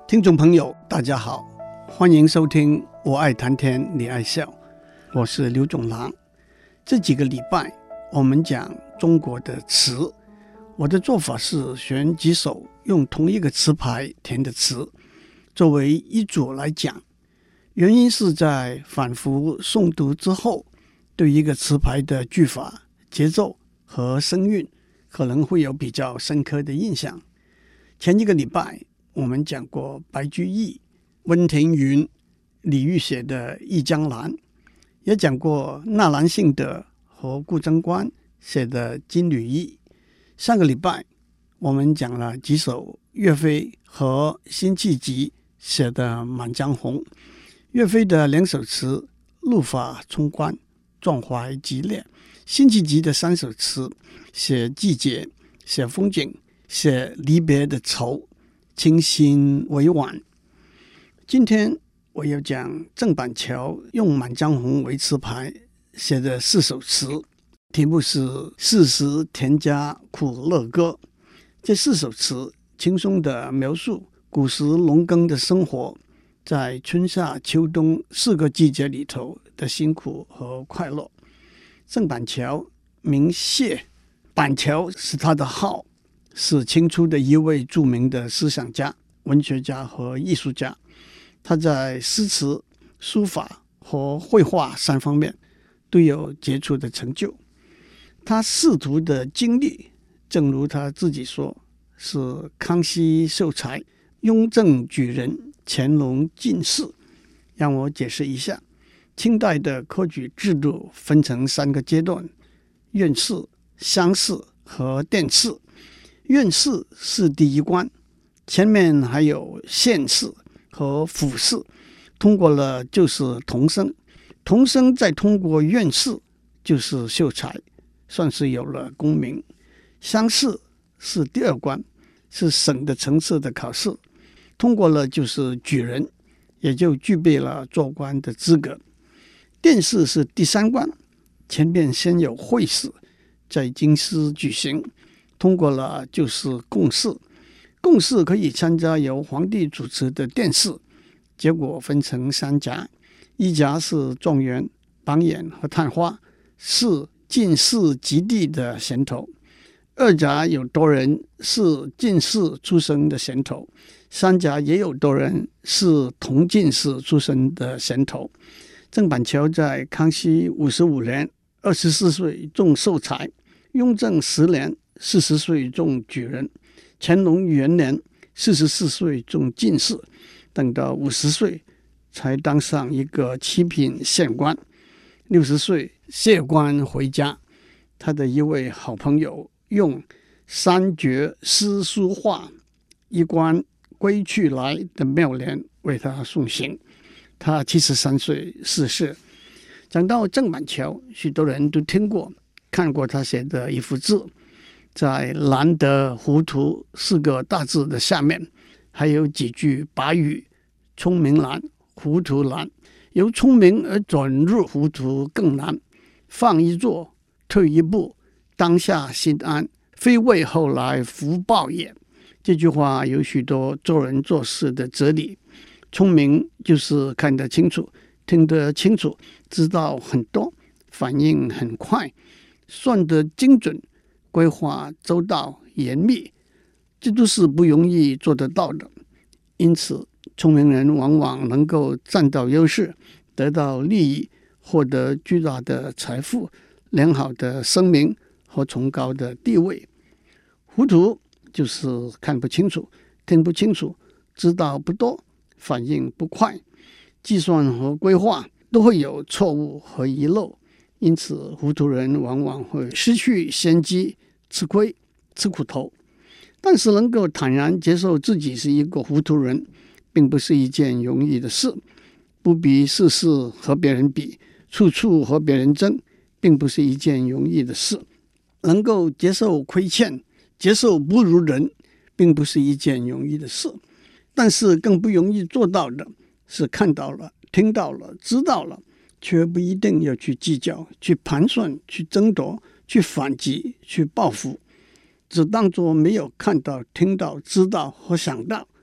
听众朋友大家好，欢迎收听我爱谈天你爱笑，我是刘总郎。这几个礼拜我们讲中国的词，我的做法是选几首用同一个词牌填的词作为一组来讲，原因是在反复诵读之后，对一个词牌的句法、节奏和声韵可能会有比较深刻的印象。前一个礼拜我们讲过白居易、温庭筠、李煜写的《忆江南》，也讲过纳兰性德和顾贞观写的《金缕衣》。上个礼拜我们讲了几首岳飞和辛弃疾写的《满江红》。岳飞的两首词怒发冲冠，壮怀激烈；辛弃疾的三首词写季节、写风景、写离别的愁，清新委婉。今天我要讲郑板桥用《满江红》为词牌写的4首词，题目是《四时田家苦乐歌》。这4首词轻松地描述古时农耕的生活，在春夏秋冬4个季节里头的辛苦和快乐。郑板桥名谢，板桥是他的号，是清初的一位著名的思想家、文学家和艺术家。他在诗词、书法和绘画3方面都有杰出的成就。他仕途的经历，正如他自己说，是康熙秀才、雍正举人、乾隆进士。让我解释一下，清代的科举制度分成3个阶段：院试、乡试和殿试。院试是第一关，前面还有县试和府试，通过了就是童生，童生再通过院试就是秀才，算是有了功名。乡试是第2关，是省的层次的考试，通过了就是举人，也就具备了做官的资格。殿试是第3关，前面先有会试，在京师举行，通过了就是贡士。贡士可以参加由皇帝主持的殿试，结果分成3甲，一甲是状元、榜眼和探花，是进士及第的衔头；二甲有多人是进士出身的衔头；3甲也有多人是同进士出身的衔头。郑板桥在康熙55年24岁中秀才，雍正10年40岁中举人，乾隆元年44岁中进士，等到50岁才当上一个7品县官。60岁谢官回家，他的一位好朋友用3绝诗书画一官归去来的妙联为他送行。他73岁逝世。讲到郑板桥，许多人都听过看过他写的一幅字，在蓝得糊涂4个大字的下面还有几句把语：聪明难，糊涂难，由聪明而转入糊涂更难，放一坐，退一步，当下心安，非为后来福报也。这句话有许多做人做事的哲理。聪明就是看得清楚，听得清楚，知道很多，反应很快，算得精准，规划周到严密，这都是不容易做得到的。因此聪明人往往能够占到优势，得到利益，获得巨大的财富、良好的声名和崇高的地位。糊涂就是看不清楚，听不清楚，知道不多，反应不快，计算和规划都会有错误和遗漏，因此糊涂人往往会失去先机，吃亏吃苦头。但是能够坦然接受自己是一个糊涂人，并不是一件容易的事。不必事事和别人比，处处和别人争，并不是一件容易的事。能够接受亏欠，接受不如人，并不是一件容易的事。但是更不容易做到的是看到了、听到了、知道了，却不一定要去计较、去盘算、去争夺、去反击、去报复，只当作没有看到、听到、知道和想到，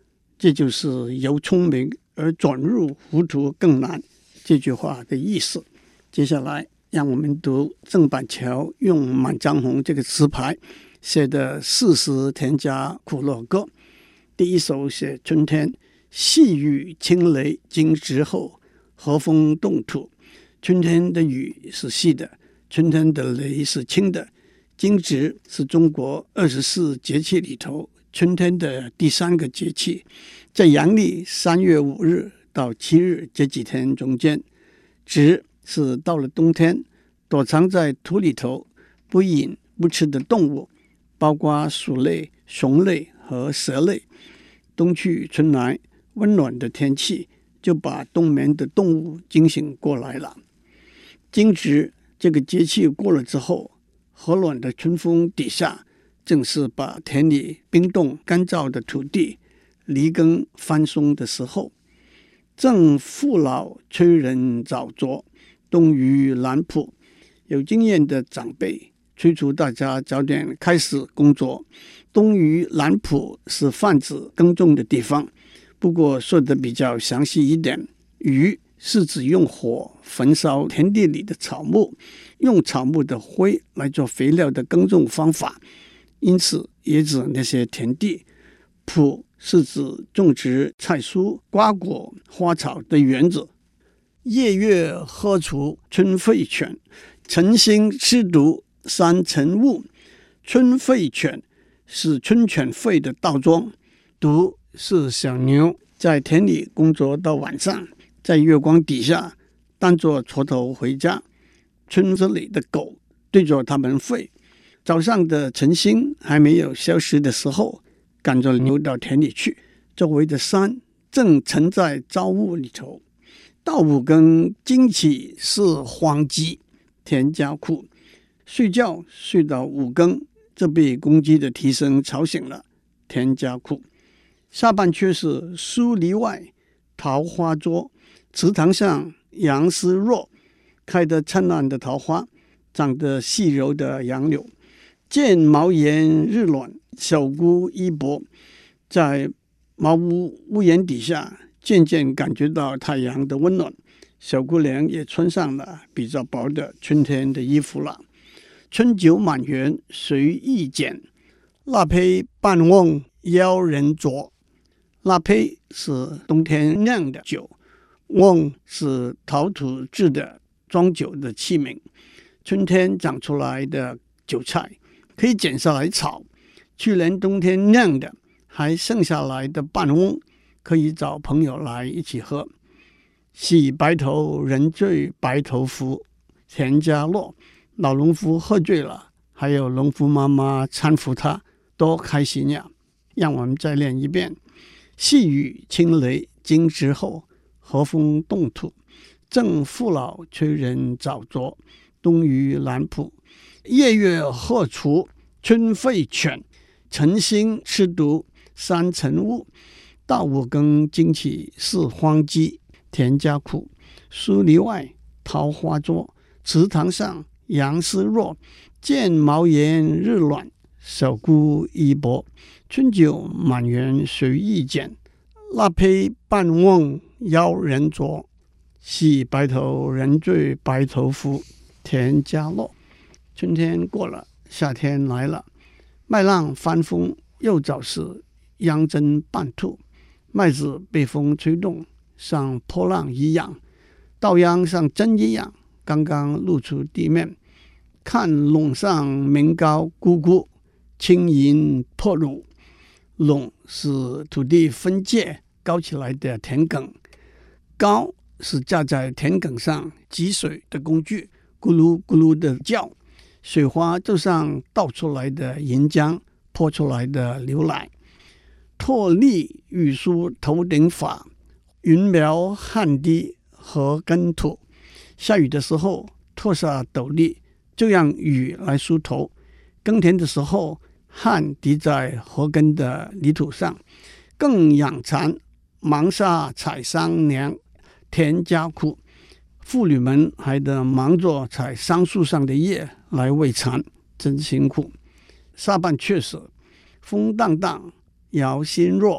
这就是由聪明而转入糊涂更难这句话的意思。接下来让我们读郑板桥用《满江红》这个词牌写的40田家苦乐歌。第一首写春天，细雨轻雷惊蛰后，和风动土。春天的雨是细的，春天的雷是轻的。惊蛰是中国24节气里头春天的第3个节气，在阳历3月5日到7日这几天中间。蛰是到了冬天，躲藏在土里头不饮不吃的动物，包括鼠类、熊类和蛇类。冬去春来，温暖的天气就把冬眠的动物惊醒过来了。惊蛰这个节气过了之后，和暖的春风底下，正是把田里冰冻干燥的土地犁耕翻松的时候。正父老催人早着，冬雨兰圃。有经验的长辈催促大家早点开始工作。冬雨兰圃是泛指耕种的地方，不过说的比较详细一点，雨是指用火焚烧田地里的草木，用草木的灰来做肥料的耕种方法，因此也指那些田地。圃是指种植菜蔬、瓜果、花草的园子。夜月喝除春吠犬，晨星吃读三晨雾。春吠犬是春犬吠的倒装，读是小牛在田里工作到晚上，在月光底下当作锄头回家。村子里的狗对着他们吠。早上的晨星还没有消失的时候，赶着牛到田里去，周围的山正沉在朝雾里头。到5更惊起是荒鸡，田家哭。睡觉睡到5更，这被公鸡的啼声吵醒了，田家哭。下半阙是疏篱外桃花桌，池塘上杨丝若。开得灿烂的桃花，长得细柔的杨柳。见茅檐日暖，小姑衣薄。在茅屋屋檐底下，渐渐感觉到太阳的温暖，小姑娘也穿上了比较薄的春天的衣服了。春酒满园随意剪，腊胚半瓮邀人酌。腊胚是冬天酿的酒，瓮是陶土制的装酒的器皿。春天长出来的韭菜可以剪下来炒，去年冬天酿的还剩下来的半瓮可以找朋友来一起喝。洗白头人醉白头夫，田家乐。老农夫喝醉了，还有农夫妈妈搀扶他，多开心呀！让我们再练一遍。细雨轻雷惊蛰后，和风动土。正父老催人早着，冬雨兰圃。夜月喝除春吠犬，晨星吃读三晨雾。到5更惊起是荒鸡，田家哭。疏篱外桃花桌，池塘上杨丝若。见茅檐日暖，小姑衣薄。春酒满园随意剪，腊胚半瓮邀人酌。洗白头人醉白头夫，田家乐。春天过了，夏天来了。麦浪翻风，又早是秧针半吐。麦子被风吹动，像波浪一样，稻秧像针一样，刚刚露出地面。看垄上鸣高咕咕，轻盈破乳。垄是土地分界高起来的田埂，高是架在田埂上汲水的工具，咕噜咕噜的叫。水花就像倒出来的银浆，泼出来的牛奶。唾粒欲梳头顶发，云描汗滴禾根土。下雨的时候脱下斗笠，就让雨来梳头。耕田的时候，汗滴在禾根的泥土上。更养蚕，忙下采桑娘，田家哭。妇女们还得忙着采桑树上的叶来喂蚕，真辛苦。下半阙是风荡荡摇心若，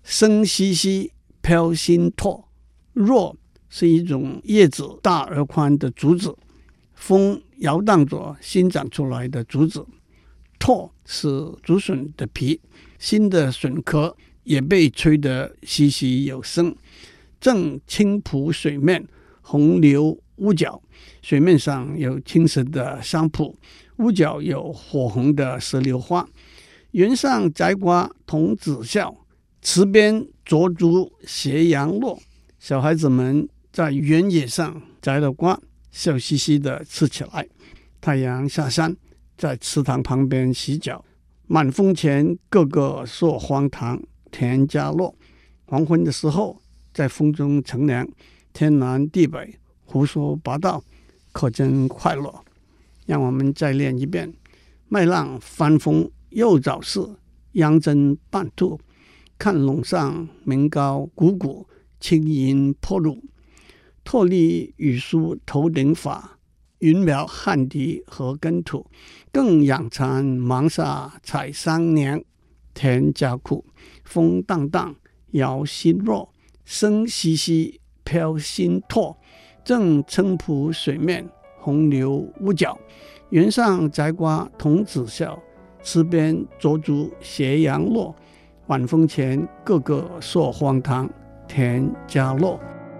生兮兮，飘心拓。若是一种叶子大而宽的竹子，风摇荡着新长出来的竹子。拓是竹笋的皮，新的笋壳也被吹得淅淅有声。正青浦水面，洪流屋角，水面上有青色的桑蒲，屋角有火红的石榴花。原上摘瓜童子笑，池边啄竹斜阳落。小孩子们在原野上摘了瓜，笑嘻嘻地吃起来。太阳下山，在池塘旁边洗脚，满风前个个说荒唐，田家乐。黄昏的时候，在风中乘凉，天南地北胡说八道，可真快乐。让我们再练一遍：麦浪翻风又早逝，秧针半吐，看垄上鸣高鼓鼓，轻吟破路。拓立语书头顶法，云描汗滴禾根土。更养蚕忙撒采桑娘，田家苦，风荡荡摇心弱，生兮兮飘心拓。正青浦水面，洪流屋角，原上摘瓜童子笑，池边啄竹斜阳落。晚风前个个说荒唐，田家乐。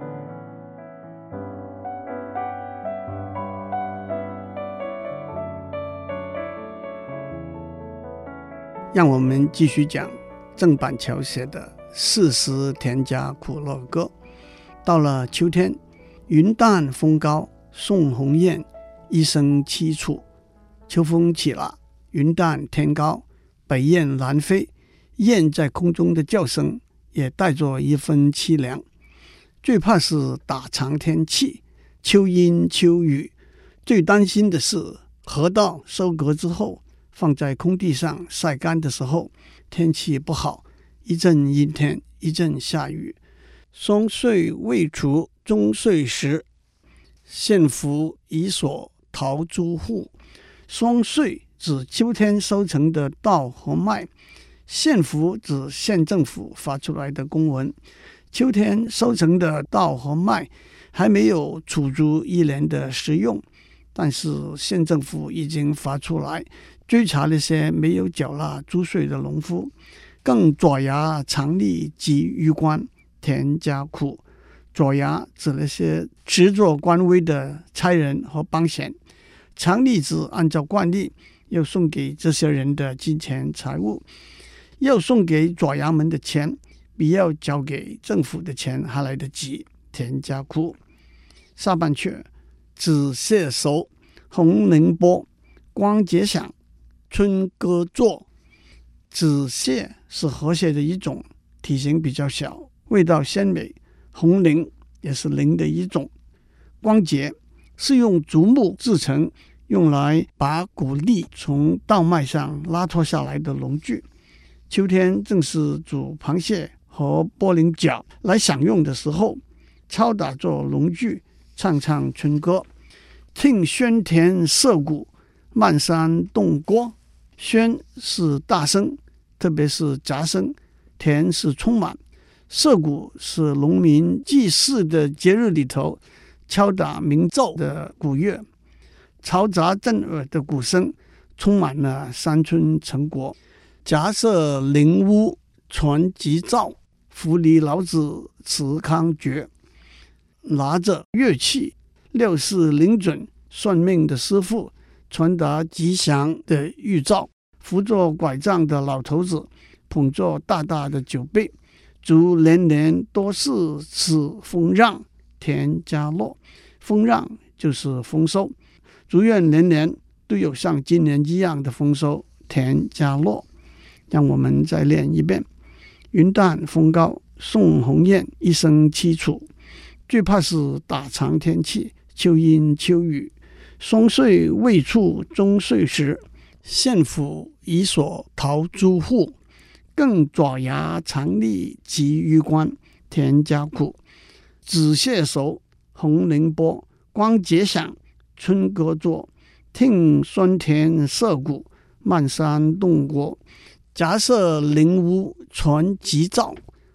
让我们继续讲郑板桥写的《四时田家苦乐歌》。到了秋天，云淡风高，送鸿雁，一声凄楚。秋风起了，云淡天高，北雁南飞，雁在空中的叫声也带着一分凄凉。最怕是打长天气，秋阴秋雨。最担心的是禾稻收割之后，放在空地上晒干的时候，天气不好，一阵阴天，一阵下雨。霜岁未除终岁时，县府已所逃诸户。霜岁指秋天收成的稻和麦，县府指县政府发出来的公文。秋天收成的稻和麦还没有储足一年的食用，但是县政府已经发出来追查那些没有缴纳租税的农夫，更爪牙常例及余官，田家苦。爪牙指那些持作官威的差人和帮闲，常例指按照惯例要送给这些人的金钱财物。要送给爪牙们的钱，比要交给政府的钱还来得及，田家苦。下半阙：子谢熟，红凌波，光节响，春歌作。紫蟹是河蟹的一种，体型比较小，味道鲜美。红菱也是菱的一种。光节是用竹木制成，用来把谷粒从稻麦上拉脱下来的农具。秋天正是煮螃蟹和波棱饺来享用的时候，敲打着农具，唱唱春歌。听喧田涉谷，漫山动郭。喧是大声，特别是杂声；田是充满。涉谷是农民祭祀的节日里头敲打鸣奏的鼓乐，嘈杂震耳的鼓声充满了山村成国。夹舍灵屋传吉兆，扶离老子持康诀。拿着乐器料事灵准算命的师傅传达吉祥的预兆，扶着拐杖的老头子捧着大大的酒杯，祝年年多事此丰让，田家乐。丰让就是丰收，祝愿年年都有像今年一样的丰收，田家乐。让我们再练一遍：云淡风高，送鸿雁，一声凄楚。最怕是打长天气，秋阴秋雨。霜岁未处终岁时，县府已所逃诸户。更爪牙常例及余官，田家苦。紫蟹熟，红凌波，光节响，春歌作。听酸田涉谷，漫山动郭。夹舍灵屋传吉兆，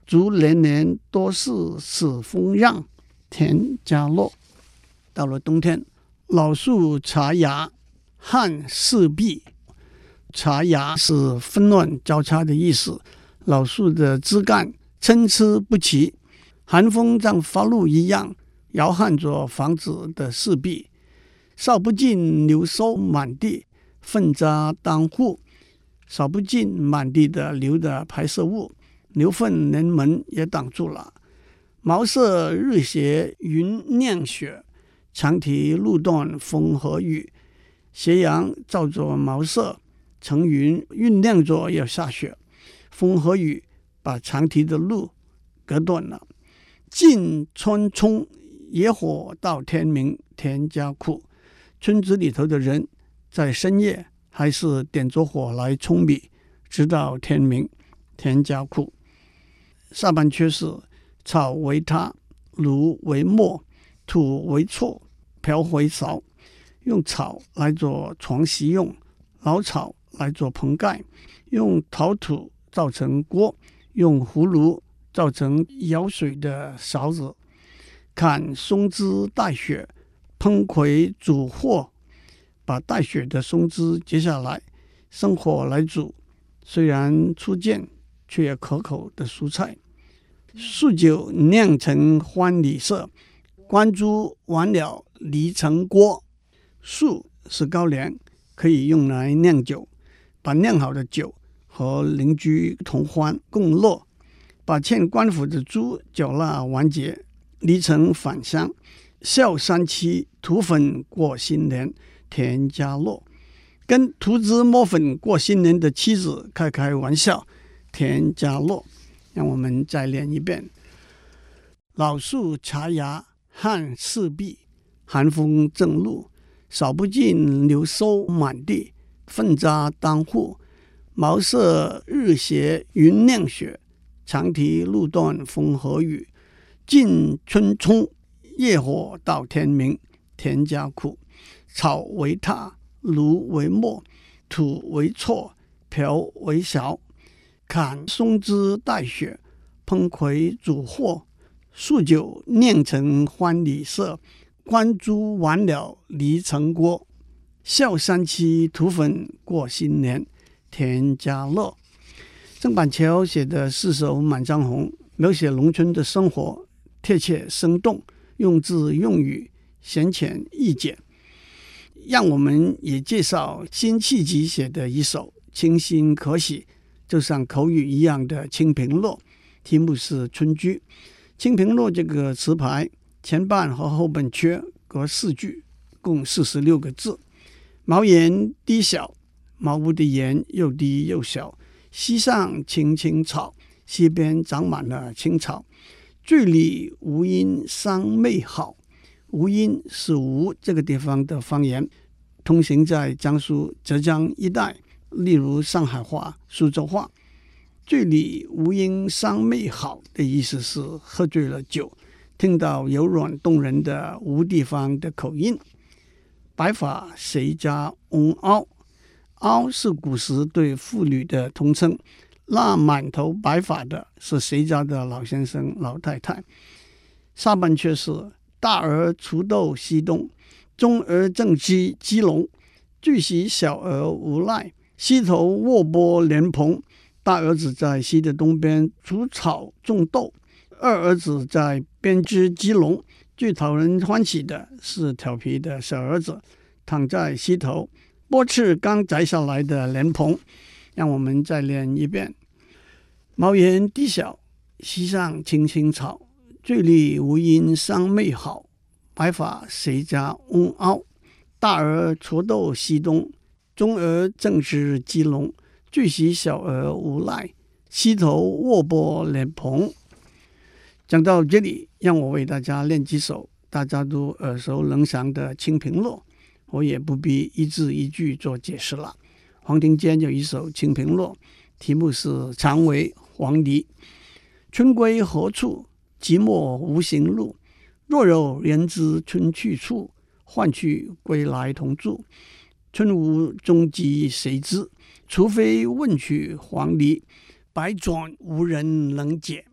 竹连连多是此风让，田家乐。到了冬天，老树茶芽旱四壁。茶芽是纷乱交叉的意思，老树的枝干参差不齐，寒风像发怒一样摇撼着房子的四壁。扫不尽牛馊满地，粪渣当户。扫不尽满地的牛的排泄物，牛粪连门也挡住了。茅塞日斜云酿雪，长堤路断风和雨。斜阳照着茅塞，层云酝酿着要下雪，风和雨把长堤的路隔断了。尽春冲，野火到天明，田家苦。村子里头的人在深夜还是点着火来舂米，直到天明，田家苦。下半阙是草为榻，炉为末，土为厝，瓢为勺。用草来做床席用，老草来做棚盖，用陶土造成锅，用葫芦造成舀水的勺子。砍松枝带雪，烹葵煮货。把带雪的松枝截下来，生火来煮，虽然粗贱却也可口的蔬菜。数酒酿成欢里色，关珠完了离成锅。数是高粱，可以用来酿酒，把酿好的酒和邻居同欢共乐，把欠官府的猪缴纳完结。离成返乡，笑三七涂粉过新年，田家乐。跟涂脂抹粉过新年的妻子开开玩笑，田家乐。让我们再练一遍。老树茶芽旱四壁，寒风正露。扫不尽牛馊满地，粪渣当户。茅塞日斜云酿雪，长堤路断风和雨。尽春冲，野火到天明，田家苦。草为榻，炉为末，土为厝，瓢为勺。砍松枝带雪，烹葵煮货。数酒酿成欢里色，关珠完了离成锅。笑三七涂粉过新年，田家乐。郑板桥写的4首《满江红》，描写农村的生活，贴切生动，用字用语浅显易解。让我们也介绍辛弃疾写的一首清新可喜，就像口语一样的《清平乐》，题目是《春居》。《清平乐》这个词牌前半和后半阙各4句，共46个字。茅檐低小，茅屋的檐又低又小，溪上青青草，溪边长满了青草。醉里吴音商妹好，吴音是吴这个地方的方言，通行在江苏、浙江一带，例如上海话、苏州话。醉里吴音商妹好的意思是喝醉了酒，听到柔软动人的吴地方的口音。白发谁家翁媪，媪是古时对妇女的通称，那满头白发的是谁家的老先生老太太。下半阙是大儿锄豆溪东，中儿正织鸡笼，俱喜小儿无赖，溪头卧剥莲蓬。大儿子在溪的东边除草种豆，二儿子在编织鸡笼。最讨人欢喜的是调皮的小儿子躺在溪头剥吃刚摘下来的莲蓬。让我们再练一遍。茅檐低小，溪上青青草，醉里吴音商妹好，白发谁家翁媪。大儿锄豆溪东，中儿正织鸡笼，俱喜小儿无赖，溪头卧剥莲蓬。讲到这里，让我为大家练几首大家都耳熟能详的《清平乐》，我也不必一字一句做解释了。黄庭坚有一首《清平乐》，题目是《长为黄鹂》。春归何处？寂寞无行路。若有人知春去处，唤去归来同住。春无踪迹谁知？除非问取黄鹂，百转无人能解。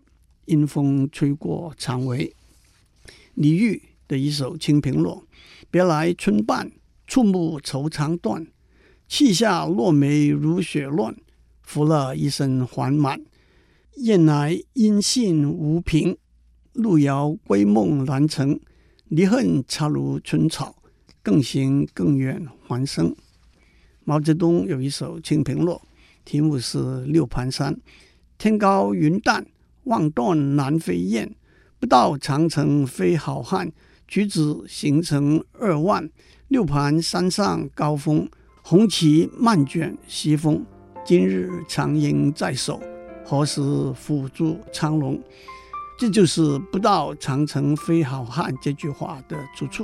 阴风吹过长围。李煜的一首《清平乐》：别来春半，触目愁肠断。泣下落梅如雪乱，拂了一身还满。雁来音信无凭，路遥归梦难成。离恨插如春草，更行更远还生。毛泽东有一首《清平乐》，题目是《六盘山》：天高云淡，望断南飞雁。不到长城非好汉，举止行程2万。六盘山上高峰，红旗漫卷西风。今日长缨在手，何时付诸苍龙？这就是不到长城非好汉这句话的出处。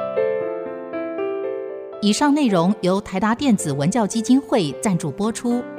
以上内容由台达电子文教基金会赞助播出。